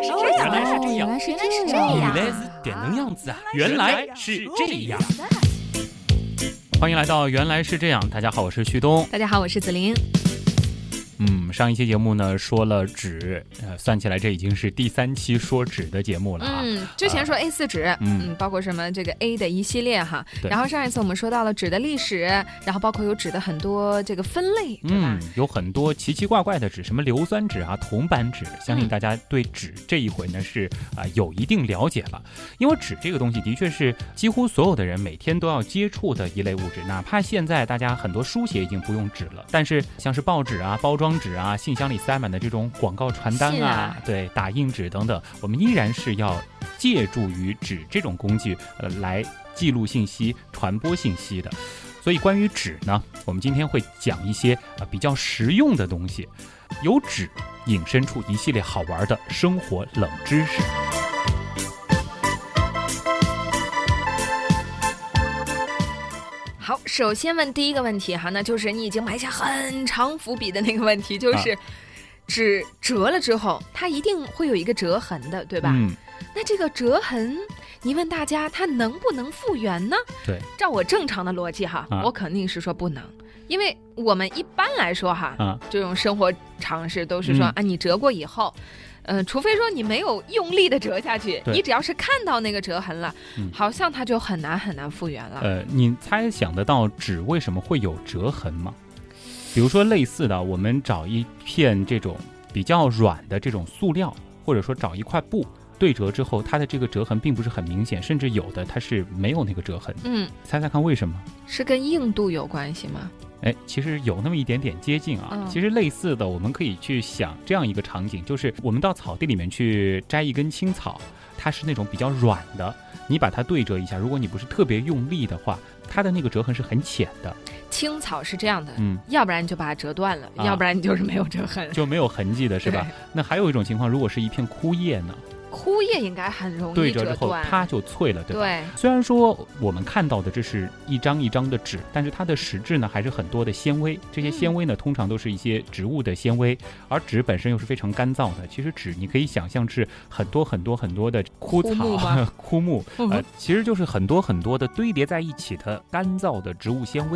原来是点能样子啊！原来是这样。欢迎来到原来是这样。大家好，我是旭东。 大家好，我是子琳。 上一期节目呢说了纸，算起来这已经是第3期说纸的节目了啊。 之前说 A4 纸，包括什么这个 A 的一系列哈。然后上一次我们说到了纸的历史，然后包括有纸的很多这个分类，对吧？ 有很多奇奇怪怪的纸，什么硫酸纸啊、铜板纸，相信大家对纸这一回呢是有一定了解了。因为纸这个东西的确是几乎所有的人每天都要接触的一类物质，哪怕现在大家很多书写已经不用纸了，但是像是报纸啊、包装纸啊、信箱里塞满的这种广告传单啊，对，打印纸等等，我们依然是要借助于纸这种工具来记录信息、传播信息的。所以关于纸呢，我们今天会讲一些比较实用的东西，由纸引申出一系列好玩的生活冷知识。 好，首先问第一个问题哈，那就是你已经埋下很长伏笔的那个问题，就是纸折了之后，它一定会有一个折痕的，对吧？那这个折痕，你问大家它能不能复原呢？ 对， 照我正常的逻辑哈，我肯定是说不能，因为我们一般来说哈，这种生活常识都是说你折过以后。除非说你没有用力的折下去，你只要是看到那个折痕了，好像它就很难复原了。 你猜想得到纸为什么会有折痕吗？比如说类似的，我们找一片这种比较软的这种塑料，或者说找一块布对折之后，它的这个折痕并不是很明显，甚至有的它是没有那个折痕。猜猜看为什么？ 是跟硬度有关系吗？ 其实有那么一点点接近啊。其实类似的，我们可以去想这样一个场景，就是我们到草地里面去摘一根青草，它是那种比较软的，你把它对折一下，如果你不是特别用力的话，它的那个折痕是很浅的。 青草是这样的，要不然你就把它折断了，要不然你就是没有折痕， 就没有痕迹的是吧？那还有一种情况，如果是一片枯叶呢？ 枯叶应该很容易对折之后它就脆了，对吧？ 对。 虽然说我们看到的这是一张一张的纸，但是它的实质呢还是很多的纤维，这些纤维呢通常都是一些植物的纤维，而纸本身又是非常干燥的。其实纸你可以想象是很多的枯草、枯木，其实就是很多的堆叠在一起的干燥的植物纤维。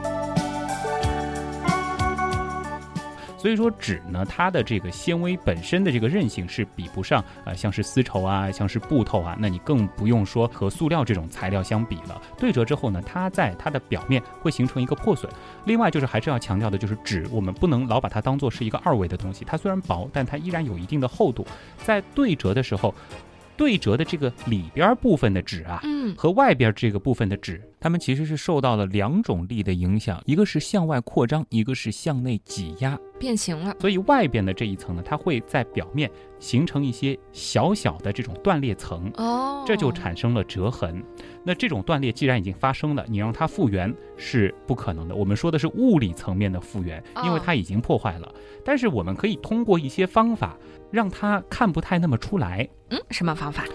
所以说纸呢，它的这个纤维本身的这个韧性是比不上像是丝绸啊，像是布透啊，那你更不用说和塑料这种材料相比了。对折之后呢，它在它的表面会形成一个破损。另外就是还是要强调的，就是纸我们不能老把它当作是一个二维的东西，它虽然薄，但它依然有一定的厚度。在对折的时候，对折的这个里边部分的纸啊，和外边这个部分的纸，它们其实是受到了2种力的影响，一个是向外扩张，一个是向内挤压， 变形了。 所以外边的这一层呢，它会在表面形成一些小小的这种断裂层，这就产生了折痕。那这种断裂既然已经发生了，你让它复原是不可能的。我们说的是物理层面的复原，因为它已经破坏了。但是我们可以通过一些方法让它看不太那么出来。 什么方法？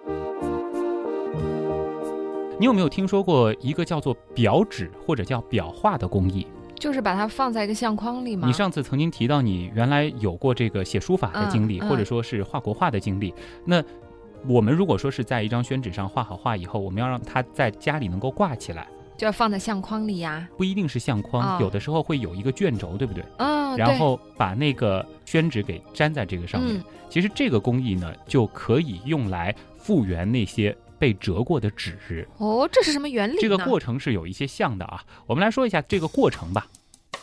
你有没有听说过一个叫做裱纸或者叫裱画的工艺？ 就是把它放在一个相框里吗？ 你上次曾经提到你原来有过这个写书法的经历，或者说是画国画的经历。那我们如果说是在一张宣纸上画好画以后，我们要让它在家里能够挂起来， 就要放在相框里呀。 不一定是相框，有的时候会有一个卷轴，对不对？然后把那个宣纸给粘在这个上面。其实这个工艺呢，就可以用来复原那些被折过的纸。 这是什么原理呢？ 这个过程是有一些像的啊。我们来说一下这个过程吧。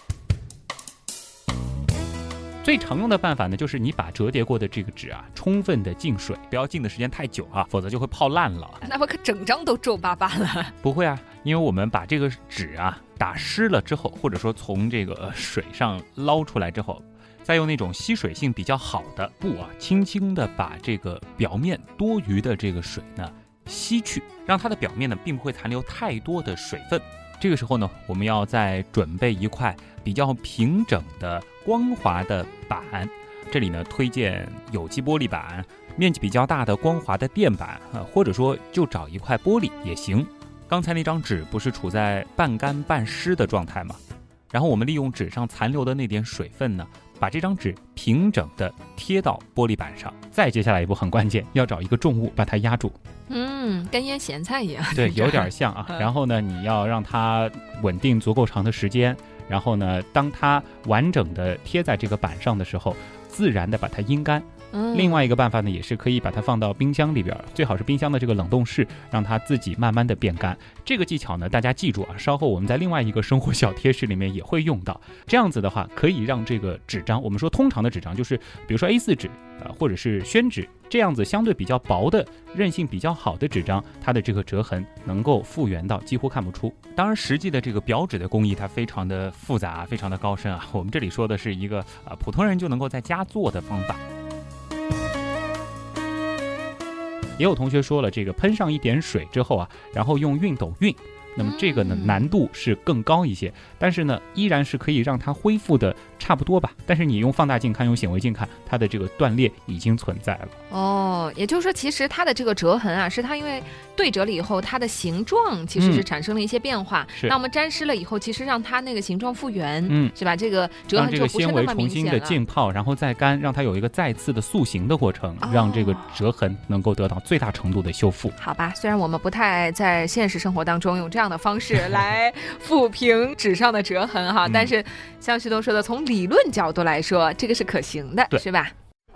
最常用的办法呢，就是你把折叠过的这个纸啊，充分的浸水，不要浸的时间太久啊，否则就会泡烂了。 那不可整张都皱巴巴了？ 不会啊，因为我们把这个纸啊打湿了之后，或者说从这个水上捞出来之后，再用那种吸水性比较好的布啊，轻轻的把这个表面多余的这个水呢吸去，让它的表面呢并不会残留太多的水分。这个时候呢，我们要再准备一块比较平整的光滑的板，这里呢推荐有机玻璃板，面积比较大的光滑的垫板或者说就找一块玻璃也行。刚才那张纸不是处在半干半湿的状态吗？然后我们利用纸上残留的那点水分呢，把这张纸平整的贴到玻璃板上。再接下来一步很关键，要找一个重物把它压住。 跟腌咸菜一样。 对，有点像啊。然后呢，你要让它稳定足够长的时间。然后呢，当它完整的贴在这个板上的时候，自然的把它阴干。另外一个办法呢，也是可以把它放到冰箱里边，最好是冰箱的这个冷冻室，让它自己慢慢的变干。这个技巧呢，大家记住啊，稍后我们在另外一个生活小贴士里面也会用到。这样子的话，可以让这个纸张，我们说通常的纸张就是比如说 A4 纸或者是宣纸，这样子相对比较薄的、韧性比较好的纸张，它的这个折痕能够复原到几乎看不出。当然，实际的这个裱纸的工艺它非常的复杂，非常的高深啊。我们这里说的是一个普通人就能够在家做的方法。也有同学说了，这个喷上一点水之后啊，然后用熨斗熨，那么这个呢难度是更高一些，但是呢依然是可以让它恢复的差不多吧。但是你用放大镜看，用显微镜看，它的这个断裂已经存在了。 也就是说，其实它的这个折痕啊，是它因为对折了以后，它的形状其实是产生了一些变化。那我们沾湿了以后，其实让它那个形状复原，是吧？这个折痕就不是那么明显了。让这个纤维重新的浸泡，然后再干，让它有一个再次的塑形的过程，让这个折痕能够得到最大程度的修复。 好吧，虽然我们不太在现实生活当中用这样的方式来抚平纸上的折痕哈，但是像旭东说的，从理论角度来说，这个是可行的，是吧？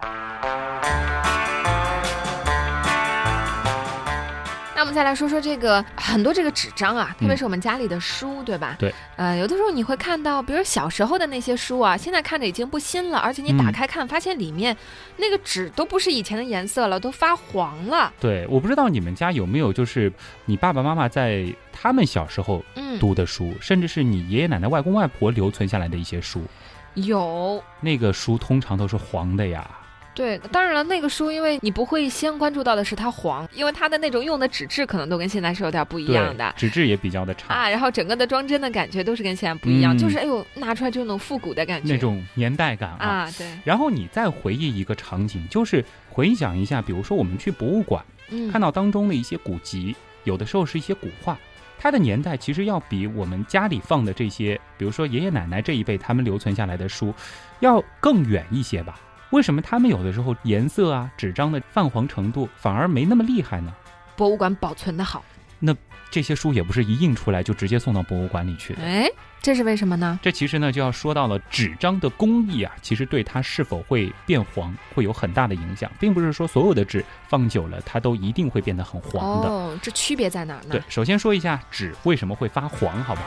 那我们再来说说这个很多这个纸张啊，特别是我们家里的书，对吧？ 对。 有的时候你会看到，比如小时候的那些书啊，现在看着已经不新了，而且你打开看，发现里面那个纸都不是以前的颜色了，都发黄了。 对，我不知道你们家有没有，就是你爸爸妈妈在他们小时候读的书，甚至是你爷爷奶奶、外公外婆留存下来的一些书。 有。 那个书通常都是黄的呀。 对，当然了，那个书因为你不会先关注到的是它黄，因为它的那种用的纸质可能都跟现在是有点不一样的， 纸质也比较的差啊，然后整个的装帧的感觉都是跟现在不一样，就是哎呦，拿出来就那种复古的感觉， 那种年代感啊，对。 然后你再回忆一个场景，就是回想一下，比如说我们去博物馆，看到当中的一些古籍，有的时候是一些古画，它的年代其实要比我们家里放的这些，比如说爷爷奶奶这一辈他们留存下来的书，要更远一些吧。为什么他们有的时候颜色啊、纸张的泛黄程度反而没那么厉害呢？ 博物馆保存的好， 那这些书也不是一印出来就直接送到博物馆里去的。 这是为什么呢？ 这其实呢就要说到了纸张的工艺啊，其实对它是否会变黄会有很大的影响，并不是说所有的纸放久了它都一定会变得很黄的。 这区别在哪呢？ 对，首先说一下纸为什么会发黄，好不好？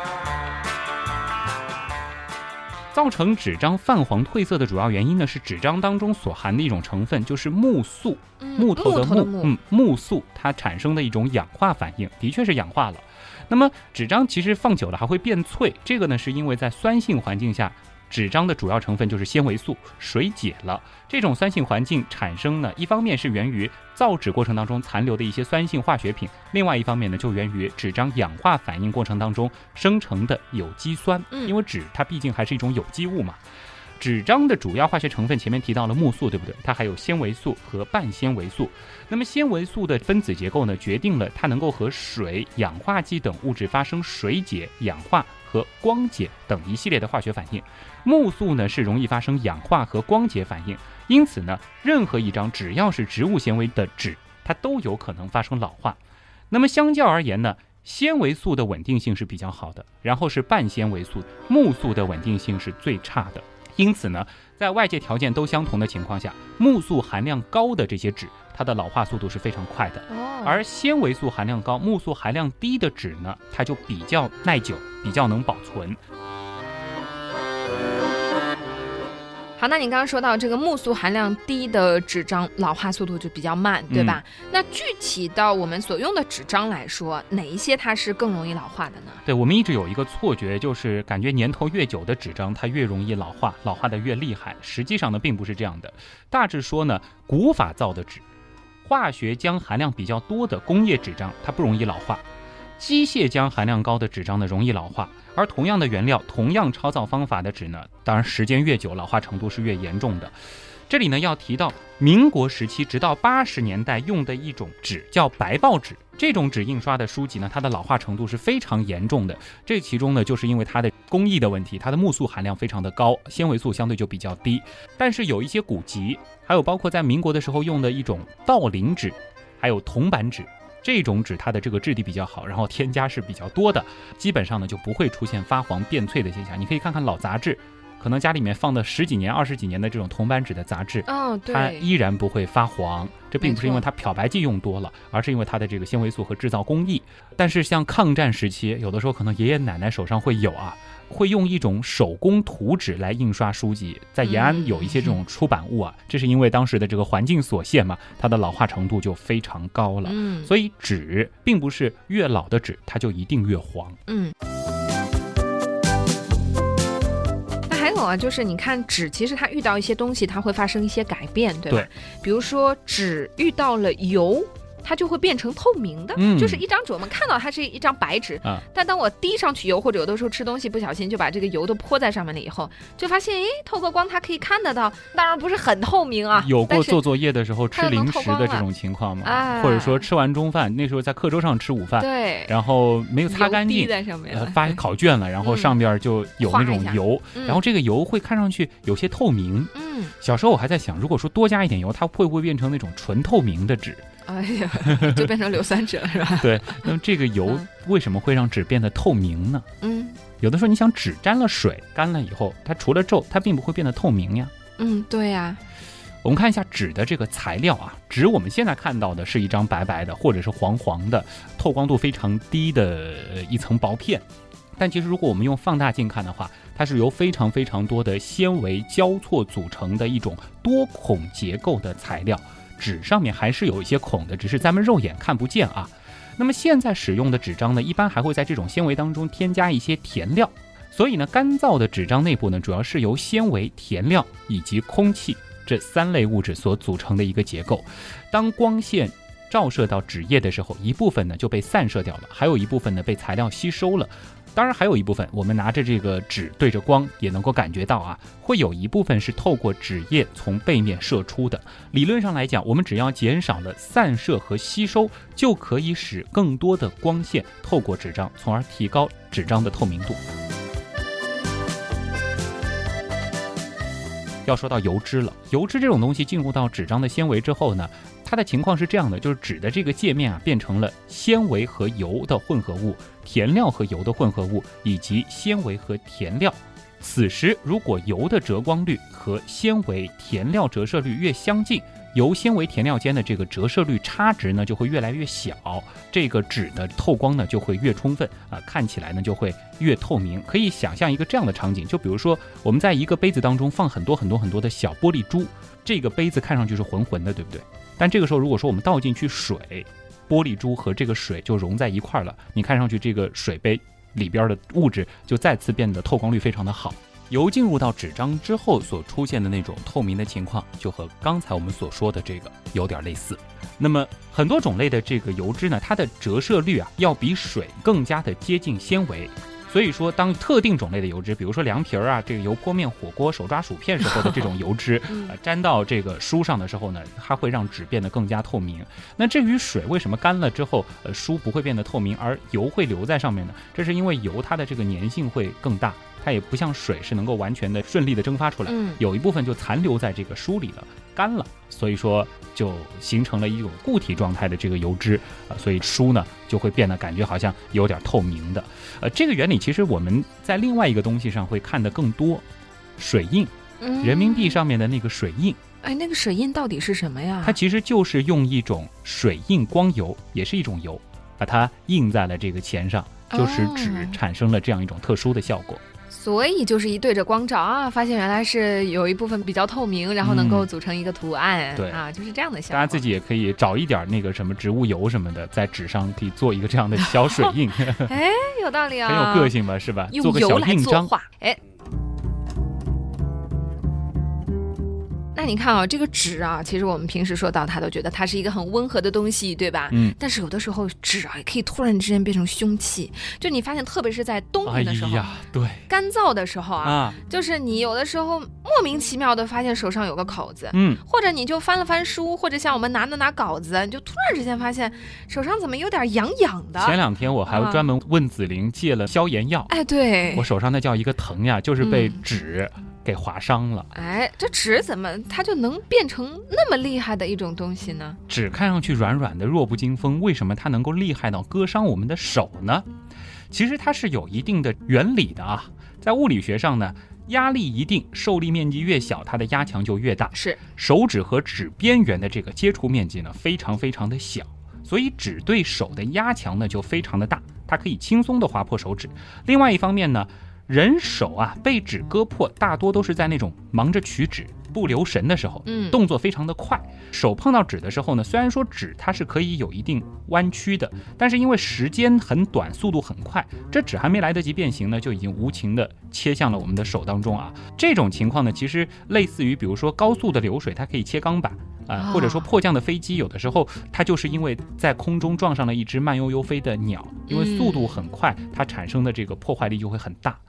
造成纸张泛黄褪色的主要原因呢，是纸张当中所含的一种成分，就是木素，木头的木，木素它产生的一种氧化反应，的确是氧化了。那么纸张其实放久了还会变脆，这个呢是因为在酸性环境下，纸张的主要成分就是纤维素水解了。这种酸性环境产生呢，一方面是源于造纸过程当中残留的一些酸性化学品，另外一方面呢就源于纸张氧化反应过程当中生成的有机酸。因为纸它毕竟还是一种有机物嘛。纸张的主要化学成分前面提到了木素，对不对？它还有纤维素和半纤维素。那么纤维素的分子结构呢，决定了它能够和水、氧化剂等物质发生水解、氧化和光解等一系列的化学反应。木素呢是容易发生氧化和光解反应，因此呢，任何一张只要是植物纤维的纸，它都有可能发生老化。那么相较而言呢，纤维素的稳定性是比较好的，然后是半纤维素，木素的稳定性是最差的。因此呢，在外界条件都相同的情况下，木素含量高的这些纸，它的老化速度是非常快的。而纤维素含量高、木素含量低的纸呢，它就比较耐久，比较能保存。 好，那你刚刚说到这个木素含量低的纸张老化速度就比较慢，对吧？那具体到我们所用的纸张来说，哪一些它是更容易老化的呢？ 对，我们一直有一个错觉，就是感觉年头越久的纸张它越容易老化，老化的越厉害。实际上呢，并不是这样的。大致说呢，古法造的纸，化学浆含量比较多的工业纸张，它不容易老化。机械浆含量高的纸张呢，容易老化，而同样的原料、同样抄造方法的纸呢，当然时间越久，老化程度是越严重的。 这里呢要提到民国时期直到80年代用的一种纸叫白报纸，这种纸印刷的书籍呢，它的老化程度是非常严重的。这其中呢，就是因为它的工艺的问题，它的木素含量非常的高，纤维素相对就比较低。但是有一些古籍，还有包括在民国的时候用的一种道林纸，还有铜版纸，这种纸它的这个质地比较好，然后添加是比较多的，基本上呢就不会出现发黄变脆的现象。你可以看看老杂志，可能家里面放的10几年、20几年的这种铜版纸的杂志，它依然不会发黄。这并不是因为它漂白剂用多了，而是因为它的这个纤维素和制造工艺。但是像抗战时期，有的时候可能爷爷奶奶手上会有会用一种手工图纸来印刷书籍。在延安有一些这种出版物这是因为当时的这个环境所限嘛，它的老化程度就非常高了。所以纸并不是越老的纸它就一定越黄。 还有就是你看纸，其实它遇到一些东西，它会发生一些改变，对吧？对，比如说纸遇到了油，它就会变成透明的，就是一张纸，我们看到它是一张白纸，但当我滴上去油，或者有的时候吃东西不小心就把这个油都泼在上面了以后，就发现透过光它可以看得到，当然不是很透明有过做作业的时候吃零食的这种情况吗？或者说吃完中饭，那时候在课桌上吃午饭， 对， 然后没有擦干净， 在上面发考卷了，然后上边就有那种油，然后这个油会看上去有些透明。小时候我还在想，如果说多加一点油，它会不会变成那种纯透明的纸？ 哎呀，就变成硫酸纸了是吧？ 对，那么这个油为什么会让纸变得透明呢？有的时候你想纸沾了水干了以后，它除了皱，它并不会变得透明呀。 对呀。 我们看一下纸的这个材料纸我们现在看到的是一张白白的或者是黄黄的，透光度非常低的一层薄片。但其实如果我们用放大镜看的话，它是由非常非常多的纤维交错组成的一种多孔结构的材料。纸上面还是有一些孔的，只是咱们肉眼看不见那么现在使用的纸张呢，一般还会在这种纤维当中添加一些填料。所以呢，干燥的纸张内部呢，主要是由纤维、填料以及空气这3类物质所组成的一个结构。当光线照射到纸页的时候，一部分呢就被散射掉了，还有一部分呢被材料吸收了。当然还有一部分我们拿着这个纸对着光也能够感觉到会有一部分是透过纸页从背面射出的。理论上来讲，我们只要减少了散射和吸收，就可以使更多的光线透过纸张，从而提高纸张的透明度。要说到油脂了，油脂这种东西进入到纸张的纤维之后呢，它的情况是这样的，就是纸的这个界面变成了纤维和油的混合物，填料和油的混合物，以及纤维和填料。此时如果油的折光率和纤维填料折射率越相近，油纤维填料间的这个折射率差值呢就会越来越小，这个纸的透光呢就会越充分看起来呢就会越透明。可以想象一个这样的场景，就比如说我们在一个杯子当中放很多很多很多的小玻璃珠，这个杯子看上去是浑浑的，对不对？但这个时候如果说我们倒进去水，玻璃珠和这个水就融在一块了，你看上去这个水杯里边的物质就再次变得透光率非常的好。油进入到纸张之后所出现的那种透明的情况，就和刚才我们所说的这个有点类似。那么很多种类的这个油脂呢，它的折射率要比水更加的接近纤维。所以说当特定种类的油脂，比如说凉皮这个油泼面火锅手抓薯片时候的这种油脂沾到这个书上的时候呢，它会让纸变得更加透明。那至于水为什么干了之后书不会变得透明，而油会留在上面呢？这是因为油它的这个粘性会更大，它也不像水是能够完全的顺利的蒸发出来，有一部分就残留在这个书里了，干了，所以说就形成了一种固体状态的这个油脂所以书呢就会变得感觉好像有点透明的。这个原理其实我们在另外一个东西上会看得更多，水印，人民币上面的那个水印。 那个水印到底是什么呀？ 它其实就是用一种水印光油，也是一种油，把它印在了这个钱上，就使纸产生了这样一种特殊的效果。 所以就是一对着光照发现原来是有一部分比较透明，然后能够组成一个图案，对就是这样的效果。 大家自己也可以找一点那个什么植物油什么的，在纸上可以做一个这样的小水印。 有道理很有个性吧，是吧？ 用油来作画。 那你看啊，这个纸啊，其实我们平时说到它都觉得它是一个很温和的东西，对吧？但是有的时候纸啊也可以突然之间变成凶器。就你发现，特别是在冬天的时候， 对， 干燥的时候啊，就是你有的时候莫名其妙的发现手上有个口子，或者你就翻了翻书，或者像我们拿稿子，你就突然之间发现手上怎么有点痒痒的。 前2天我还专门问子玲借了消炎药， 对， 我手上那叫一个疼呀，就是被纸给划伤了。 这纸怎么它就能变成那么厉害的一种东西呢？ 纸看上去软软的，弱不禁风，为什么它能够厉害到割伤我们的手呢？其实它是有一定的原理的啊。在物理学上呢，压力一定，受力面积越小，它的压强就越大。 是， 手指和纸边缘的这个接触面积呢，非常非常的小，所以纸对手的压强呢就非常的大，它可以轻松的划破手指。另外一方面呢，人手啊被纸割破，大多都是在那种忙着取纸不留神的时候，动作非常的快。手碰到纸的时候呢，虽然说纸它是可以有一定弯曲的，但是因为时间很短，速度很快，这纸还没来得及变形呢，就已经无情的切向了我们的手当中啊。这种情况呢，其实类似于比如说高速的流水，它可以切钢板或者说迫降的飞机，有的时候它就是因为在空中撞上了一只慢悠悠飞的鸟，因为速度很快，它产生的这个破坏力就会很大。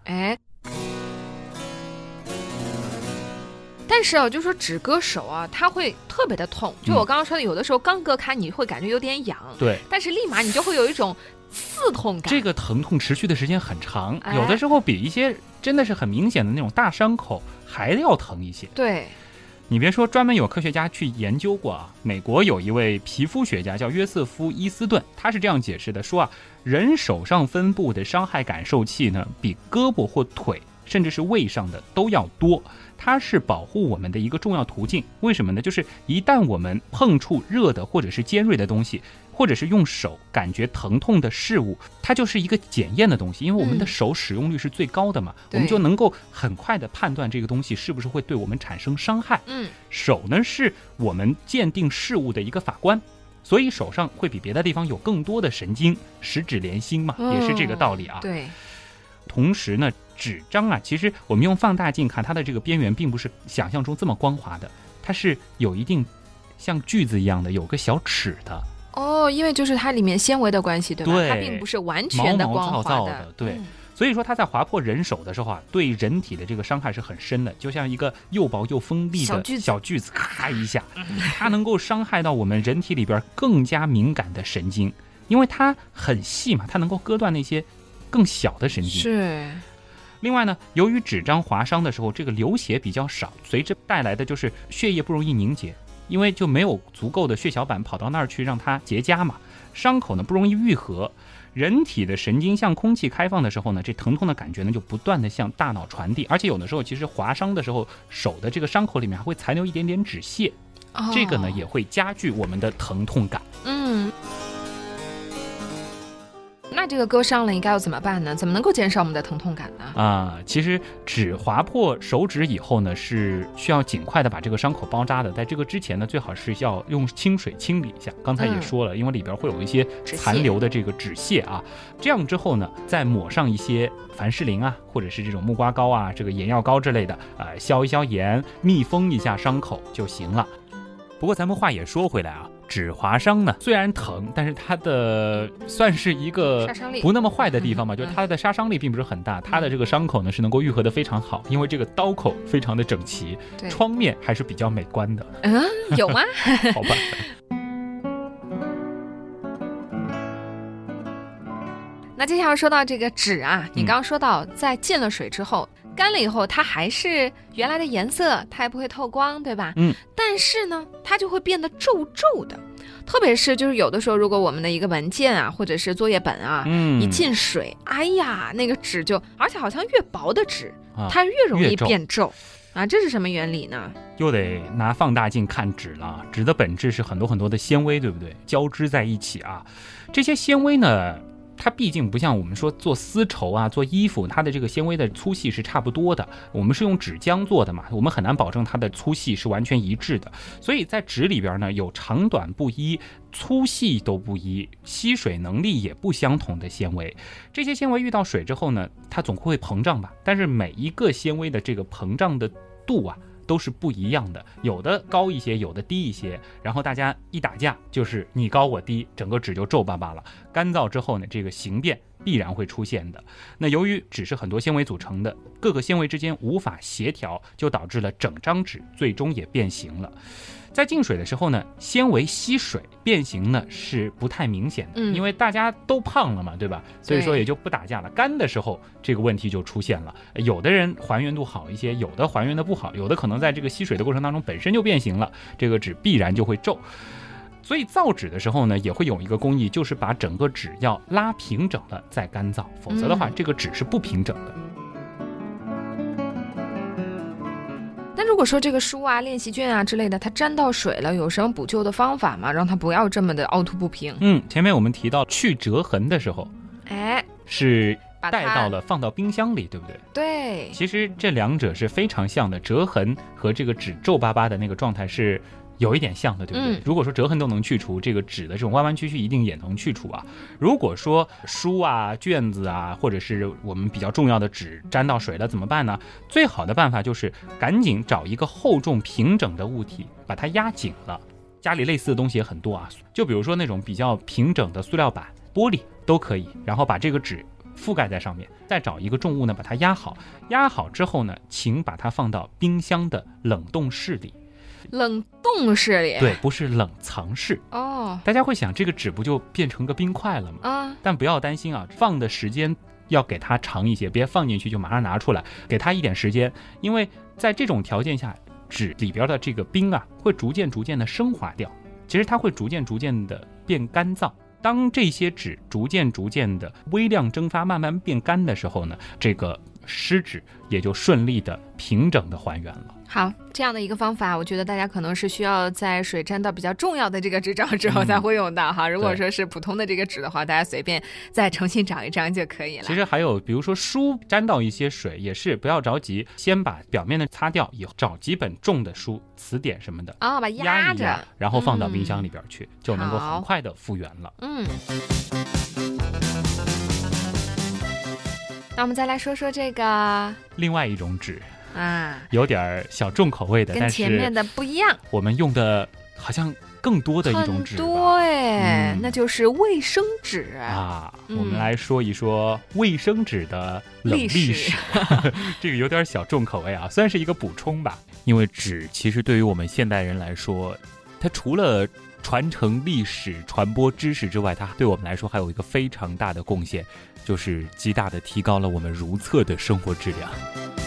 但是就说纸割手啊，它会特别的痛。就我刚刚说的，有的时候刚割开你会感觉有点痒， 对， 但是立马你就会有一种刺痛感。 这个疼痛持续的时间很长，有的时候比一些真的是很明显的那种大伤口还要疼一些。 对。 你别说，专门有科学家去研究过啊。美国有一位皮肤学家叫约瑟夫·伊斯顿，他是这样解释的，说人手上分布的伤害感受器呢，比胳膊或腿甚至是胃上的都要多，它是保护我们的一个重要途径。为什么呢？就是一旦我们碰触热的或者是尖锐的东西，或者是用手感觉疼痛的事物，它就是一个检验的东西，因为我们的手使用率是最高的嘛，我们就能够很快的判断这个东西是不是会对我们产生伤害。手呢是我们鉴定事物的一个法官，所以手上会比别的地方有更多的神经，十指连心嘛，也是这个道理啊。 对。 同时呢，纸张啊，其实我们用放大镜看它的这个边缘并不是想象中这么光滑的，它是有一定像锯子一样的有个小齿的。 因为就是它里面纤维的关系，对吧？对，它并不是完全的光滑的， 毛毛躁躁的。对，所以说它在划破人手的时候啊，对人体的这个伤害是很深的，就像一个又薄又锋利的小锯子，咔一下，它能够伤害到我们人体里边更加敏感的神经，因为它很细嘛，它能够割断那些更小的神经。 是。 另外呢，由于纸张划伤的时候，这个流血比较少，随之带来的就是血液不容易凝结，因为就没有足够的血小板跑到那儿去让它结痂嘛，伤口呢不容易愈合。人体的神经向空气开放的时候呢，这疼痛的感觉呢就不断的向大脑传递，而且有的时候其实划伤的时候，手的这个伤口里面还会残留一点点纸屑，这个呢也会加剧我们的疼痛感。 那这个割伤了应该要怎么办呢？怎么能够减少我们的疼痛感呢？ 其实纸划破手指以后呢，是需要尽快的把这个伤口包扎的。在这个之前呢，最好是要用清水清理一下。刚才也说了，因为里边会有一些残留的这个纸屑啊。这样之后呢，再抹上一些凡士林啊，或者是这种木瓜膏啊，这个眼药膏之类的，消一消炎，密封一下伤口就行了。不过咱们话也说回来啊，纸划伤呢虽然疼，但是它的算是一个不那么坏的地方嘛，就是它的杀伤力并不是很大，它的这个伤口呢是能够愈合的非常好，因为这个刀口非常的整齐，创面还是比较美观的。 有吗？ 好吧。 那接下来说到这个纸啊，你刚刚说到在进了水之后，干了以后它还是原来的颜色，它也不会透光，对吧？但是呢它就会变得皱皱的，特别是就是有的时候如果我们的一个文件啊或者是作业本啊一进水，哎呀那个纸就，而且好像越薄的纸它越容易变皱啊，这是什么原理呢？ 又得拿放大镜看纸了。纸的本质是很多很多的纤维，对不对？交织在一起啊，这些纤维呢它毕竟不像我们说做丝绸啊做衣服，它的这个纤维的粗细是差不多的，我们是用纸浆做的嘛，我们很难保证它的粗细是完全一致的，所以在纸里边呢有长短不一，粗细都不一，吸水能力也不相同的纤维。这些纤维遇到水之后呢，它总会膨胀吧，但是每一个纤维的这个膨胀的度啊都是不一样的，有的高一些，有的低一些，然后大家一打架就是你高我低，整个纸就皱巴巴了。干燥之后呢，这个形变必然会出现的。那由于纸是很多纤维组成的，各个纤维之间无法协调，就导致了整张纸最终也变形了。在进水的时候呢，纤维吸水变形呢是不太明显的，因为大家都胖了嘛，对吧？所以说也就不打架了。干的时候这个问题就出现了，有的人还原度好一些，有的还原的不好，有的可能在这个吸水的过程当中本身就变形了，这个纸必然就会皱。所以造纸的时候呢，也会有一个工艺，就是把整个纸要拉平整了再干燥，否则的话这个纸是不平整的。 那如果说这个书啊、练习卷啊之类的，它沾到水了，有什么补救的方法吗？让它不要这么的凹凸不平？ 前面我们提到去折痕的时候，是带到了放到冰箱里，对不对？ 对。 其实这两者是非常像的，折痕和这个纸皱巴巴的那个状态是有一点像的，对不对？如果说折痕都能去除，这个纸的这种弯弯曲曲一定也能去除啊。如果说书啊、卷子啊，或者是我们比较重要的纸沾到水了怎么办呢？最好的办法就是赶紧找一个厚重平整的物体把它压紧了。家里类似的东西也很多啊，就比如说那种比较平整的塑料板、玻璃都可以，然后把这个纸覆盖在上面，再找一个重物呢把它压好。压好之后呢，请把它放到冰箱的冷冻室里。 冷冻室里？ 对，不是冷藏室。大家会想这个纸不就变成个冰块了吗？但不要担心啊，放的时间要给它长一些，别放进去就马上拿出来，给它一点时间，因为在这种条件下，纸里边的这个冰啊会逐渐的升华掉，其实它会逐渐的变干燥。当这些纸逐渐的微量蒸发慢慢变干的时候呢，这个湿纸也就顺利的平整的还原了。 好，这样的一个方法，我觉得大家可能是需要在水沾到比较重要的这个纸张之后才会用到哈。如果说是普通的这个纸的话，大家随便再重新找一张就可以了。 其实还有比如说书沾到一些水也是不要着急，先把表面的擦掉，以后找几本重的书、词典什么的把它压着， 然后放到冰箱里边去，就能够很快的复原了。 那我们再来说说这个另外一种纸有点小重口味的， 跟前面的不一样， 我们用的好像更多的一种纸吧， 很多那就是卫生纸我们来说一说卫生纸的冷历史这个有点小重口味啊，算是一个补充吧。因为纸其实对于我们现代人来说，它除了传承历史、传播知识之外，它对我们来说还有一个非常大的贡献，就是极大的提高了我们如厕的生活质量。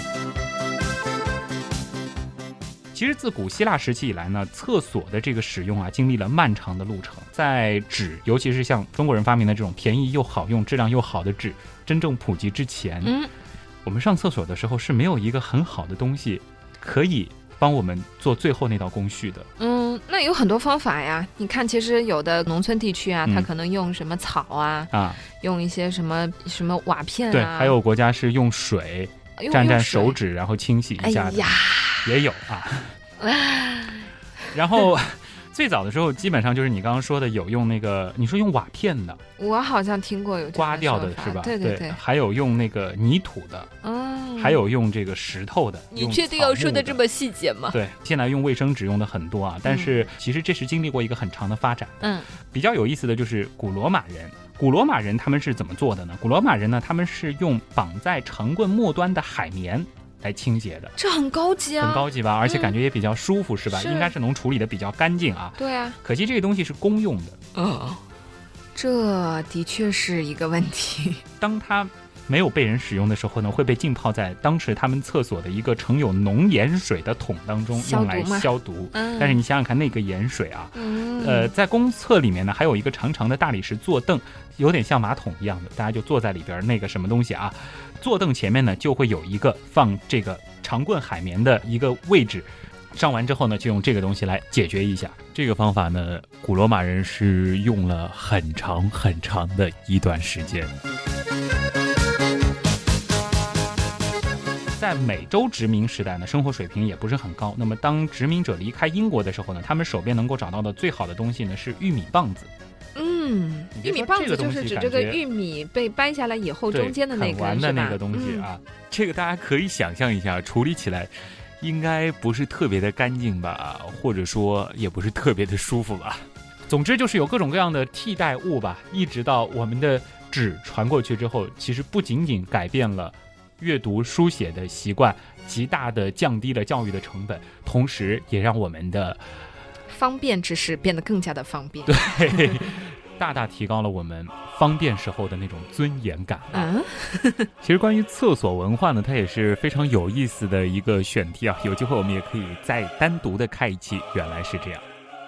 其实自古希腊时期以来呢，厕所的这个使用经历了漫长的路程。在纸，尤其是像中国人发明的这种便宜又好用、质量又好的纸真正普及之前，我们上厕所的时候是没有一个很好的东西可以帮我们做最后那道工序的。 那有很多方法呀。你看，其实有的农村地区它可能用什么草用一些什么瓦片对，还有国家是用水蘸手指然后清洗一下的，也有然后最早的时候基本上就是你刚刚说的有用那个，你说用瓦片的， 我好像听过有刮掉的是吧？ 对， 还有用那个泥土的，还有用这个石头的。 你确定要说的这么细节吗？ 对，现在用卫生纸用的很多但是其实这是经历过一个很长的发展。比较有意思的就是古罗马人。古罗马人他们是怎么做的呢？古罗马人呢，他们是用绑在长棍末端的海绵来清洁的。 这很高级很高级吧，而且感觉也比较舒服，是吧？应该是能处理的比较干净对啊， 可惜这个东西是公用的。 这的确是一个问题。 当它没有被人使用的时候呢，会被浸泡在当时他们厕所的一个盛有浓盐水的桶当中，用来消毒。但是你想想看，那个盐水在公厕里面呢，还有一个长长的大理石坐凳，有点像马桶一样的，大家就坐在里边那个什么东西坐凳前面呢就会有一个放这个长棍海绵的一个位置，上完之后呢就用这个东西来解决一下。这个方法呢，古罗马人是用了很长很长的一段时间。在美洲殖民时代呢，生活水平也不是很高。那么当殖民者离开英国的时候呢，他们手边能够找到的最好的东西呢是玉米棒子。 玉米棒子就是指这个玉米被掰下来以后中间的那个很完的那个东西这个大家可以想象一下，处理起来应该不是特别的干净吧，或者说也不是特别的舒服吧。总之就是有各种各样的替代物吧，一直到我们的纸传过去之后，其实不仅仅改变了阅读书写的习惯，极大的降低了教育的成本，同时也让我们的方便之事变得更加的方便。 对，大大提高了我们方便时候的那种尊严感。其实关于厕所文化呢，它也是非常有意思的一个选题啊，有机会我们也可以再单独的开一期。原来是这样。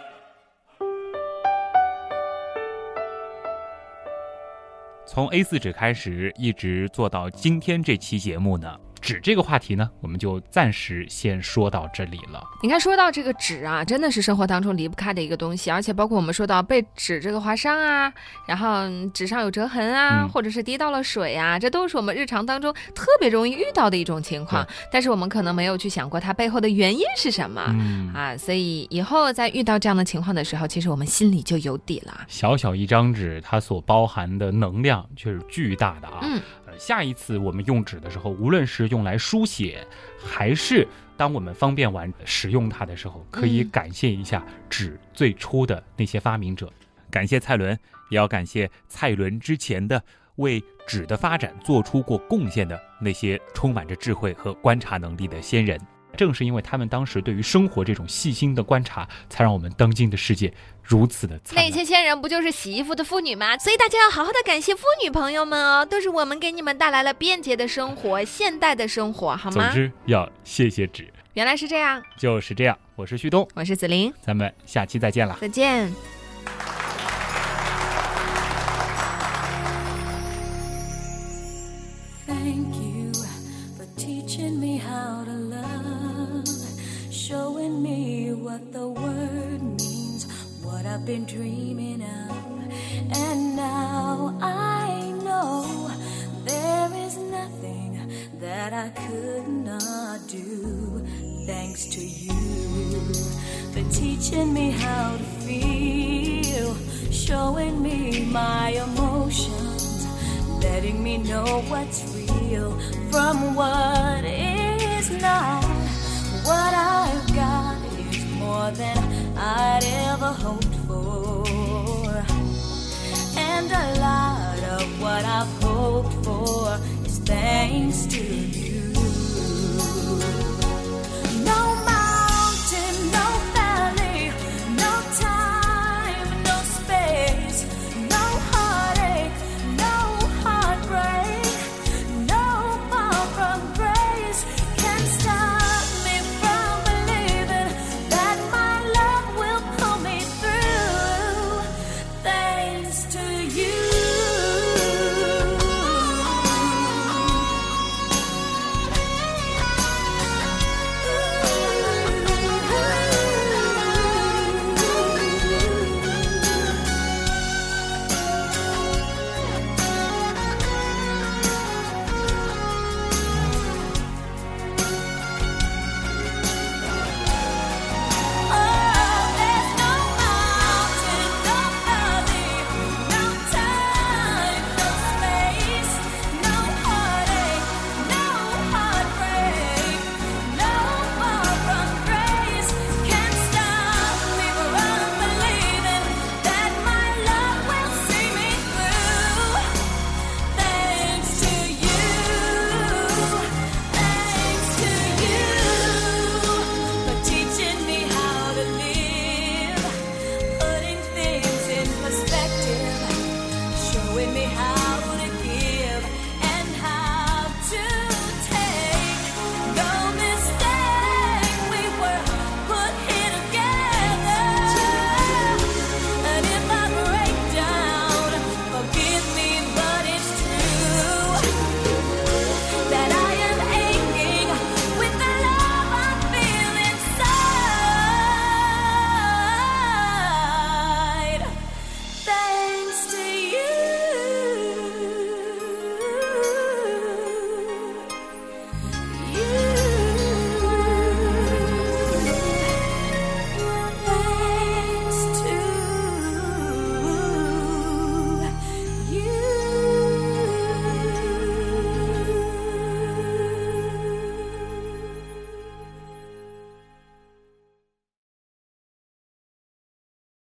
从 A4 纸开始，一直做到今天这期节目呢，纸这个话题呢，我们就暂时先说到这里了。 你看，说到这个纸啊，真的是生活当中离不开的一个东西，而且包括我们说到被纸这个划伤啊，然后纸上有折痕啊，或者是滴到了水啊，这都是我们日常当中特别容易遇到的一种情况。但是我们可能没有去想过它背后的原因是什么所以以后在遇到这样的情况的时候，其实我们心里就有底了。 小小一张纸，它所包含的能量却是巨大的啊。下一次我们用纸的时候，无论是用来书写，还是当我们方便完使用它的时候，可以感谢一下纸最初的那些发明者，感谢蔡伦，也要感谢蔡伦之前的为纸的发展做出过贡献的那些充满着智慧和观察能力的先人。正是因为他们当时对于生活这种细心的观察，才让我们当今的世界如此的灿烂。 那些先人不就是洗衣服的妇女吗？所以大家要好好的感谢妇女朋友们哦，都是我们给你们带来了便捷的生活，现代的生活，好吗？ 总之要谢谢纸。 原来是这样， 就是这样。我是旭东， 我是子琳， 咱们下期再见了。 再见。 Thank you for teaching me how to love, showing me what the word means, what I've been dreaming of. And now I know there is nothing that I could not do. Thanks to you for teaching me how to feel, showing me my emotions, letting me know what's real from what is not. What I've got is more than I'd ever hoped for, and a lot of what I've hoped for is thanks to you.